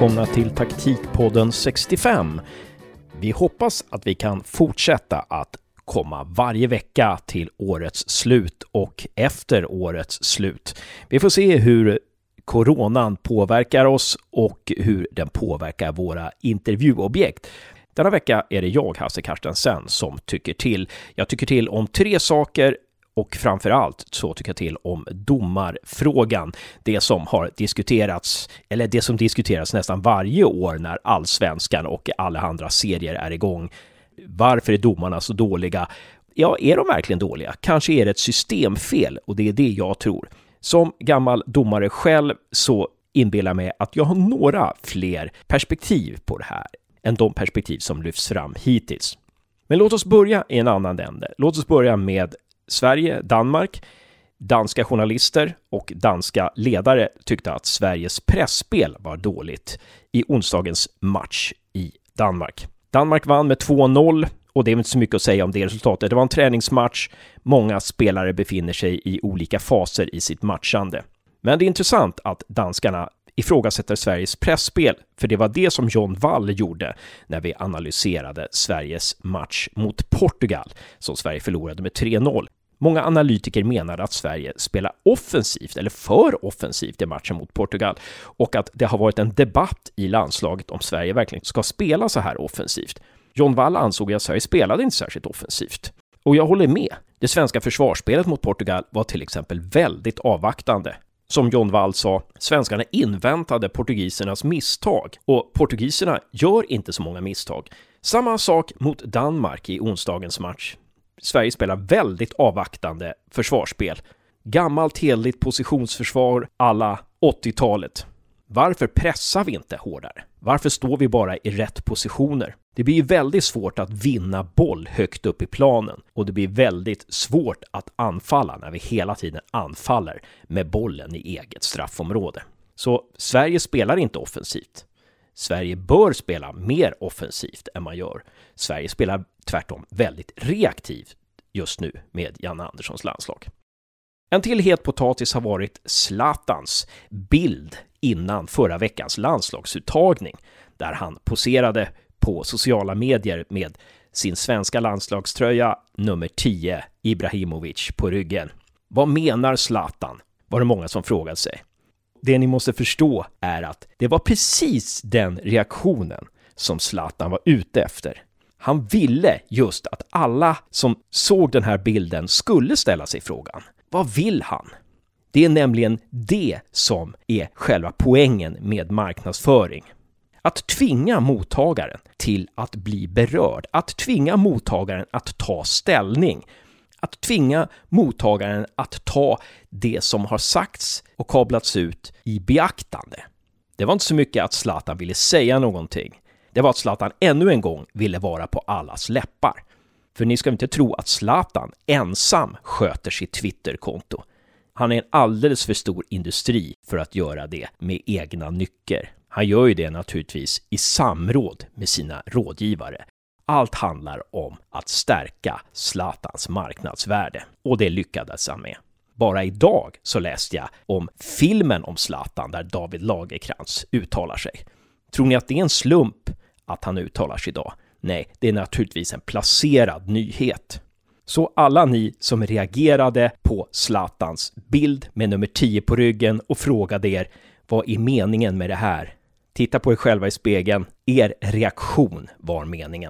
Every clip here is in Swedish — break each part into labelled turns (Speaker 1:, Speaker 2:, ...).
Speaker 1: välkomna till Taktikpodden 65. Vi hoppas att vi kan fortsätta att komma varje vecka till årets slut och efter årets slut. Vi får se hur coronan påverkar oss och hur den påverkar våra intervjuobjekt. Denna vecka är det jag, Hasse Carstensen, som tycker till. Jag tycker till om 3 saker och framförallt så tycker jag till om domarfrågan. Det som har diskuterats, eller det som diskuteras nästan varje år när Allsvenskan och alla andra serier är igång. Varför är domarna så dåliga? Ja, är de verkligen dåliga? Kanske är det ett systemfel och det är det jag tror. Som gammal domare själv så inbillar mig att jag har några fler perspektiv på det här än de perspektiv som lyfts fram hittills. Men låt oss börja i en annan ände. Låt oss börja med Sverige, Danmark. Danska journalister och danska ledare tyckte att Sveriges pressspel var dåligt i onsdagens match i Danmark. Danmark vann med 2-0 och det är inte så mycket att säga om det resultatet. Det var en träningsmatch. Många spelare befinner sig i olika faser i sitt matchande. Men det är intressant att danskarna ifrågasätter Sveriges pressspel, för det var det som John Wall gjorde när vi analyserade Sveriges match mot Portugal som Sverige förlorade med 3-0. Många analytiker menar att Sverige spelar offensivt eller för offensivt i matchen mot Portugal och att det har varit en debatt i landslaget om Sverige verkligen ska spela så här offensivt. John Wall ansåg att Sverige spelade inte särskilt offensivt. Och jag håller med. Det svenska försvarsspelet mot Portugal var till exempel väldigt avvaktande. Som John Wall sa, svenskarna inväntade portugisernas misstag och portugiserna gör inte så många misstag. Samma sak mot Danmark i onsdagens match. Sverige spelar väldigt avvaktande försvarsspel. Gammalt heligt positionsförsvar alla 80-talet. Varför pressar vi inte hårdare? Varför står vi bara i rätt positioner? Det blir ju väldigt svårt att vinna boll högt upp i planen och det blir väldigt svårt att anfalla när vi hela tiden anfaller med bollen i eget straffområde. Så Sverige spelar inte offensivt. Sverige bör spela mer offensivt än man gör. Sverige spelar tvärtom väldigt reaktivt just nu med Janne Anderssons landslag. En till het potatis har varit Zlatans bild innan förra veckans landslagsuttagning där han poserade på sociala medier med sin svenska landslagströja nummer 10 Ibrahimovic på ryggen. Vad menar Zlatan? Var det många som frågade sig. Det ni måste förstå är att det var precis den reaktionen som Zlatan var ute efter. Han ville just att alla som såg den här bilden skulle ställa sig frågan. Vad vill han? Det är nämligen det som är själva poängen med marknadsföring. Att tvinga mottagaren till att bli berörd. Att tvinga mottagaren att ta ställning. Att tvinga mottagaren att ta det som har sagts och kablats ut i beaktande. Det var inte så mycket att Zlatan ville säga någonting. Det var att Zlatan ännu en gång ville vara på allas läppar. För ni ska inte tro att Zlatan ensam sköter sitt Twitterkonto. Han är en alldeles för stor industri för att göra det med egna nycker. Han gör ju det naturligtvis i samråd med sina rådgivare. Allt handlar om att stärka Zlatans marknadsvärde och det lyckades han med. Bara idag så läste jag om filmen om Zlatan där David Lagercrantz uttalar sig. Tror ni att det är en slump att han uttalar sig idag? Nej, det är naturligtvis en placerad nyhet. Så alla ni som reagerade på Zlatans bild med nummer 10 på ryggen och frågade er vad är meningen med det här? Titta på er själva i spegeln. Er reaktion var meningen.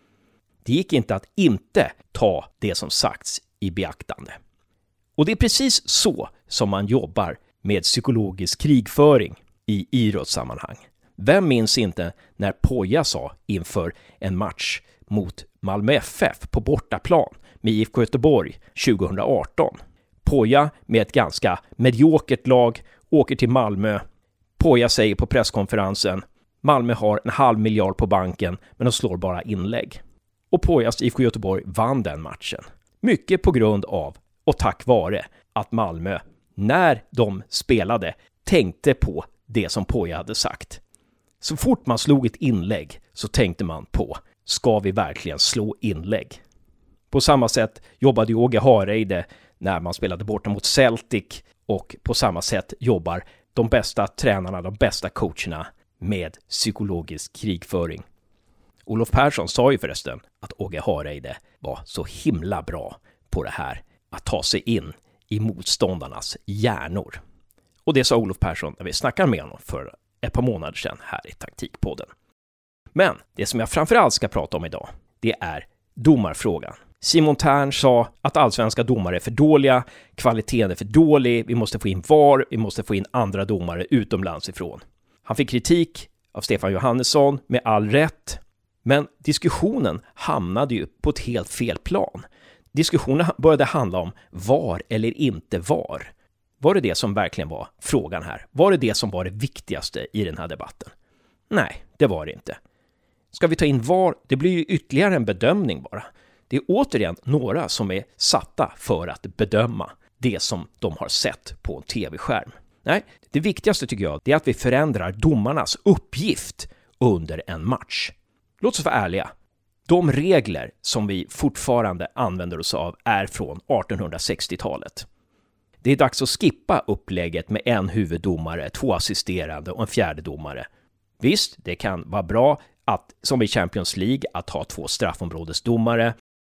Speaker 1: Det gick inte att inte ta det som sagts i beaktande. Och det är precis så som man jobbar med psykologisk krigföring i idrottssammanhang. Vem minns inte när Poja sa inför en match mot Malmö FF på bortaplan med IFK Göteborg 2018. Poja med ett ganska mediokert lag åker till Malmö. Poja säger på presskonferensen: Malmö har 500 miljoner på banken men de slår bara inlägg. Och Pojas IFK Göteborg vann den matchen. Mycket på grund av och tack vare att Malmö, när de spelade, tänkte på det som Poja hade sagt. Så fort man slog ett inlägg så tänkte man på: ska vi verkligen slå inlägg? På samma sätt jobbade Åge Hareide när man spelade borta mot Celtic och på samma sätt jobbar de bästa tränarna, de bästa coacherna med psykologisk krigföring. Olof Persson sa ju förresten att Åge Hareide var så himla bra på det här att ta sig in i motståndarnas hjärnor. Och det sa Olof Persson när vi snackade med honom för ett par månader sedan här i Taktikpodden. Men det som jag framförallt ska prata om idag, det är domarfrågan. Simon Thern sa att allsvenska domare är för dåliga, kvaliteten är för dålig, vi måste få in VAR, vi måste få in andra domare utomlands ifrån. Han fick kritik av Stefan Johannesson med all rätt, men diskussionen hamnade ju på ett helt fel plan. Diskussionen började handla om VAR eller inte VAR. Var det det som verkligen var frågan här? Var det det som var det viktigaste i den här debatten? Nej, det var det inte. Ska vi ta in VAR? Det blir ju ytterligare en bedömning bara. Det är återigen några som är satta för att bedöma det som de har sett på en tv-skärm. Nej, det viktigaste tycker jag är att vi förändrar domarnas uppgift under en match. Låt oss vara ärliga. De regler som vi fortfarande använder oss av är från 1860-talet. Det är dags att skippa upplägget med en huvuddomare, 2 assisterande och en fjärde domare. Visst, det kan vara bra att, som i Champions League, att ha 2 straffområdesdomare.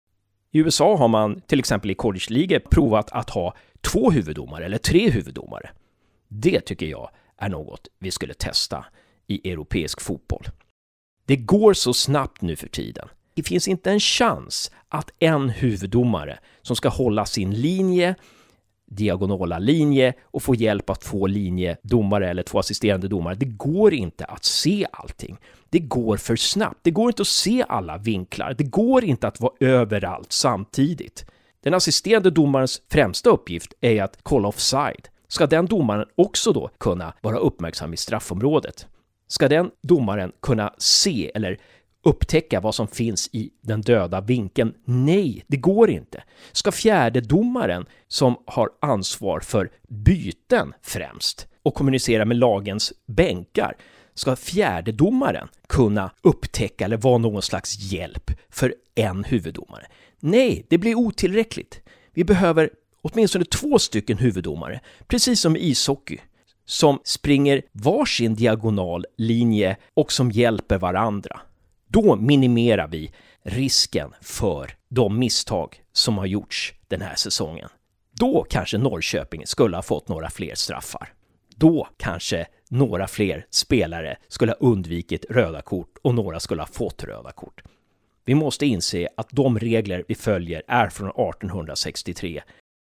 Speaker 1: I USA har man till exempel i College League provat att ha 2 huvuddomare eller 3 huvuddomare. Det tycker jag är något vi skulle testa i europeisk fotboll. Det går så snabbt nu för tiden. Det finns inte en chans att en huvuddomare som ska hålla sin linje, diagonala linje och få hjälp att få linjedomare eller 2 assisterande domare. Det går inte att se allting. Det går för snabbt. Det går inte att se alla vinklar. Det går inte att vara överallt samtidigt. Den assisterande domarens främsta uppgift är att kolla offside. Ska den domaren också då kunna vara uppmärksam i straffområdet? Ska den domaren kunna se eller upptäcka vad som finns i den döda vinkeln? Nej, det går inte. Ska fjärde domaren som har ansvar för byten främst och kommunicera med lagens bänkar, ska fjärde domaren kunna upptäcka eller vara någon slags hjälp för en huvuddomare? Nej, det blir otillräckligt. Vi behöver åtminstone 2 stycken huvuddomare, precis som i ishockey, som springer varsin diagonal linje och som hjälper varandra. Då minimerar vi risken för de misstag som har gjorts den här säsongen. Då kanske Norrköping skulle ha fått några fler straffar. Då kanske några fler spelare skulle ha undvikit röda kort och några skulle ha fått röda kort. Vi måste inse att de regler vi följer är från 1863.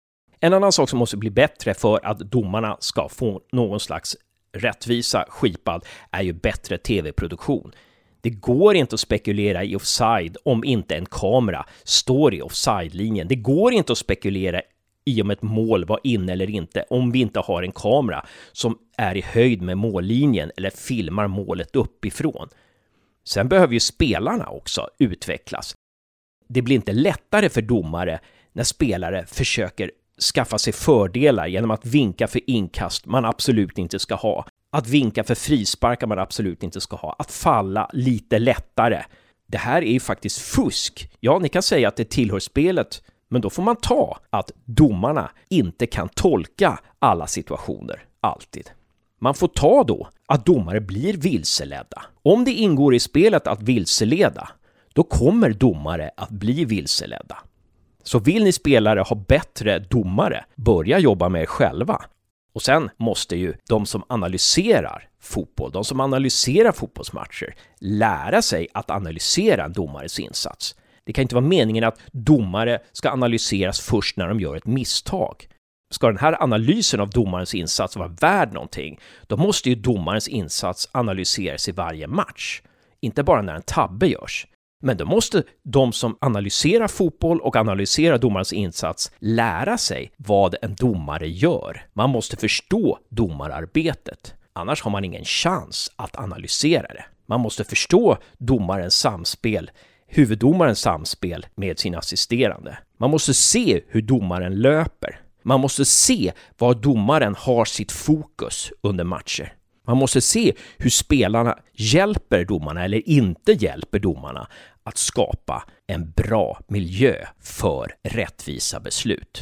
Speaker 1: En annan sak som måste bli bättre för att domarna ska få någon slags rättvisa skipad är ju bättre tv-produktion. Det går inte att spekulera i offside om inte en kamera står i offside-linjen. Det går inte att spekulera i om ett mål var inne eller inte om vi inte har en kamera som är i höjd med mållinjen eller filmar målet uppifrån. Sen behöver ju spelarna också utvecklas. Det blir inte lättare för domare när spelare försöker skaffa sig fördelar genom att vinka för inkast man absolut inte ska ha. Att vinka för frisparkar man absolut inte ska ha. Att falla lite lättare. Det här är ju faktiskt fusk. Ja, ni kan säga att det tillhör spelet, men då får man ta att domarna inte kan tolka alla situationer alltid. Man får ta då att domare blir vilseledda. Om det ingår i spelet att vilseleda, då kommer domare att bli vilseledda. Så vill ni spelare ha bättre domare, börja jobba med er själva. Och sen måste ju de som analyserar fotboll, de som analyserar fotbollsmatcher, lära sig att analysera en domares insats. Det kan inte vara meningen att domare ska analyseras först när de gör ett misstag. Ska den här analysen av domarens insats vara värd någonting, då måste ju domarens insats analyseras i varje match. Inte bara när en tabbe görs. Men då måste de som analyserar fotboll och analyserar domarens insats lära sig vad en domare gör. Man måste förstå domararbetet. Annars har man ingen chans att analysera det. Man måste förstå domarens samspel, huvuddomarens samspel med sin assisterande. Man måste se hur domaren löper. Man måste se var domaren har sitt fokus under matcher. Man måste se hur spelarna hjälper domarna eller inte hjälper domarna att skapa en bra miljö för rättvisa beslut.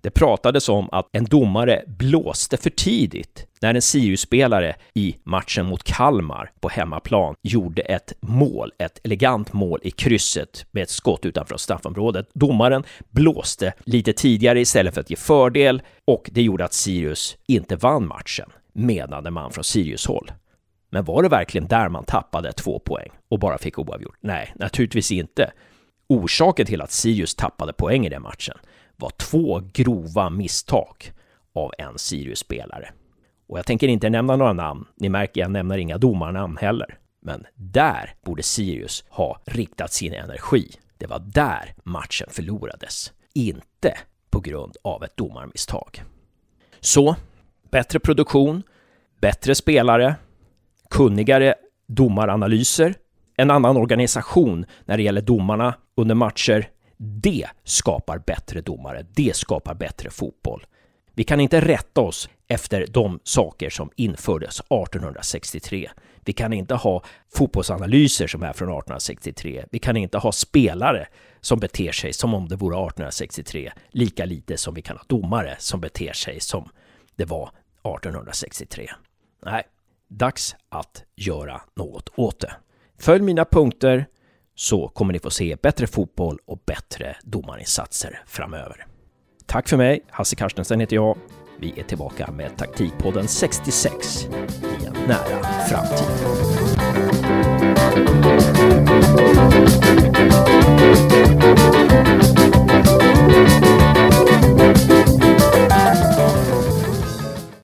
Speaker 1: Det pratades om att en domare blåste för tidigt när en Sirius-spelare i matchen mot Kalmar på hemmaplan gjorde ett elegant mål i krysset med ett skott utanför straffområdet. Domaren blåste lite tidigare istället för att ge fördel, och det gjorde att Sirius inte vann matchen, menade man från Sirius håll. Men var det verkligen där man tappade 2 poäng och bara fick oavgjort? Nej, naturligtvis inte. Orsaken till att Sirius tappade poäng i den matchen var 2 grova misstag av en Sirius-spelare. Och jag tänker inte nämna några namn. Ni märker, jag nämner inga domarnamn heller. Men där borde Sirius ha riktat sin energi. Det var där matchen förlorades. Inte på grund av ett domarmisstag. Så, bättre produktion, bättre spelare, kunnigare domaranalyser, en annan organisation när det gäller domarna under matcher. Det skapar bättre domare, det skapar bättre fotboll. Vi kan inte rätta oss efter de saker som infördes 1863. Vi kan inte ha fotbollsanalyser som är från 1863. Vi kan inte ha spelare som beter sig som om det vore 1863. Lika lite som vi kan ha domare som beter sig som det var 1863. Nej, dags att göra något åt det. Följ mina punkter så kommer ni få se bättre fotboll och bättre domarinsatser framöver. Tack för mig, Hasse Carstensen heter jag. Vi är tillbaka med Taktikpodden 66 i en nära framtid.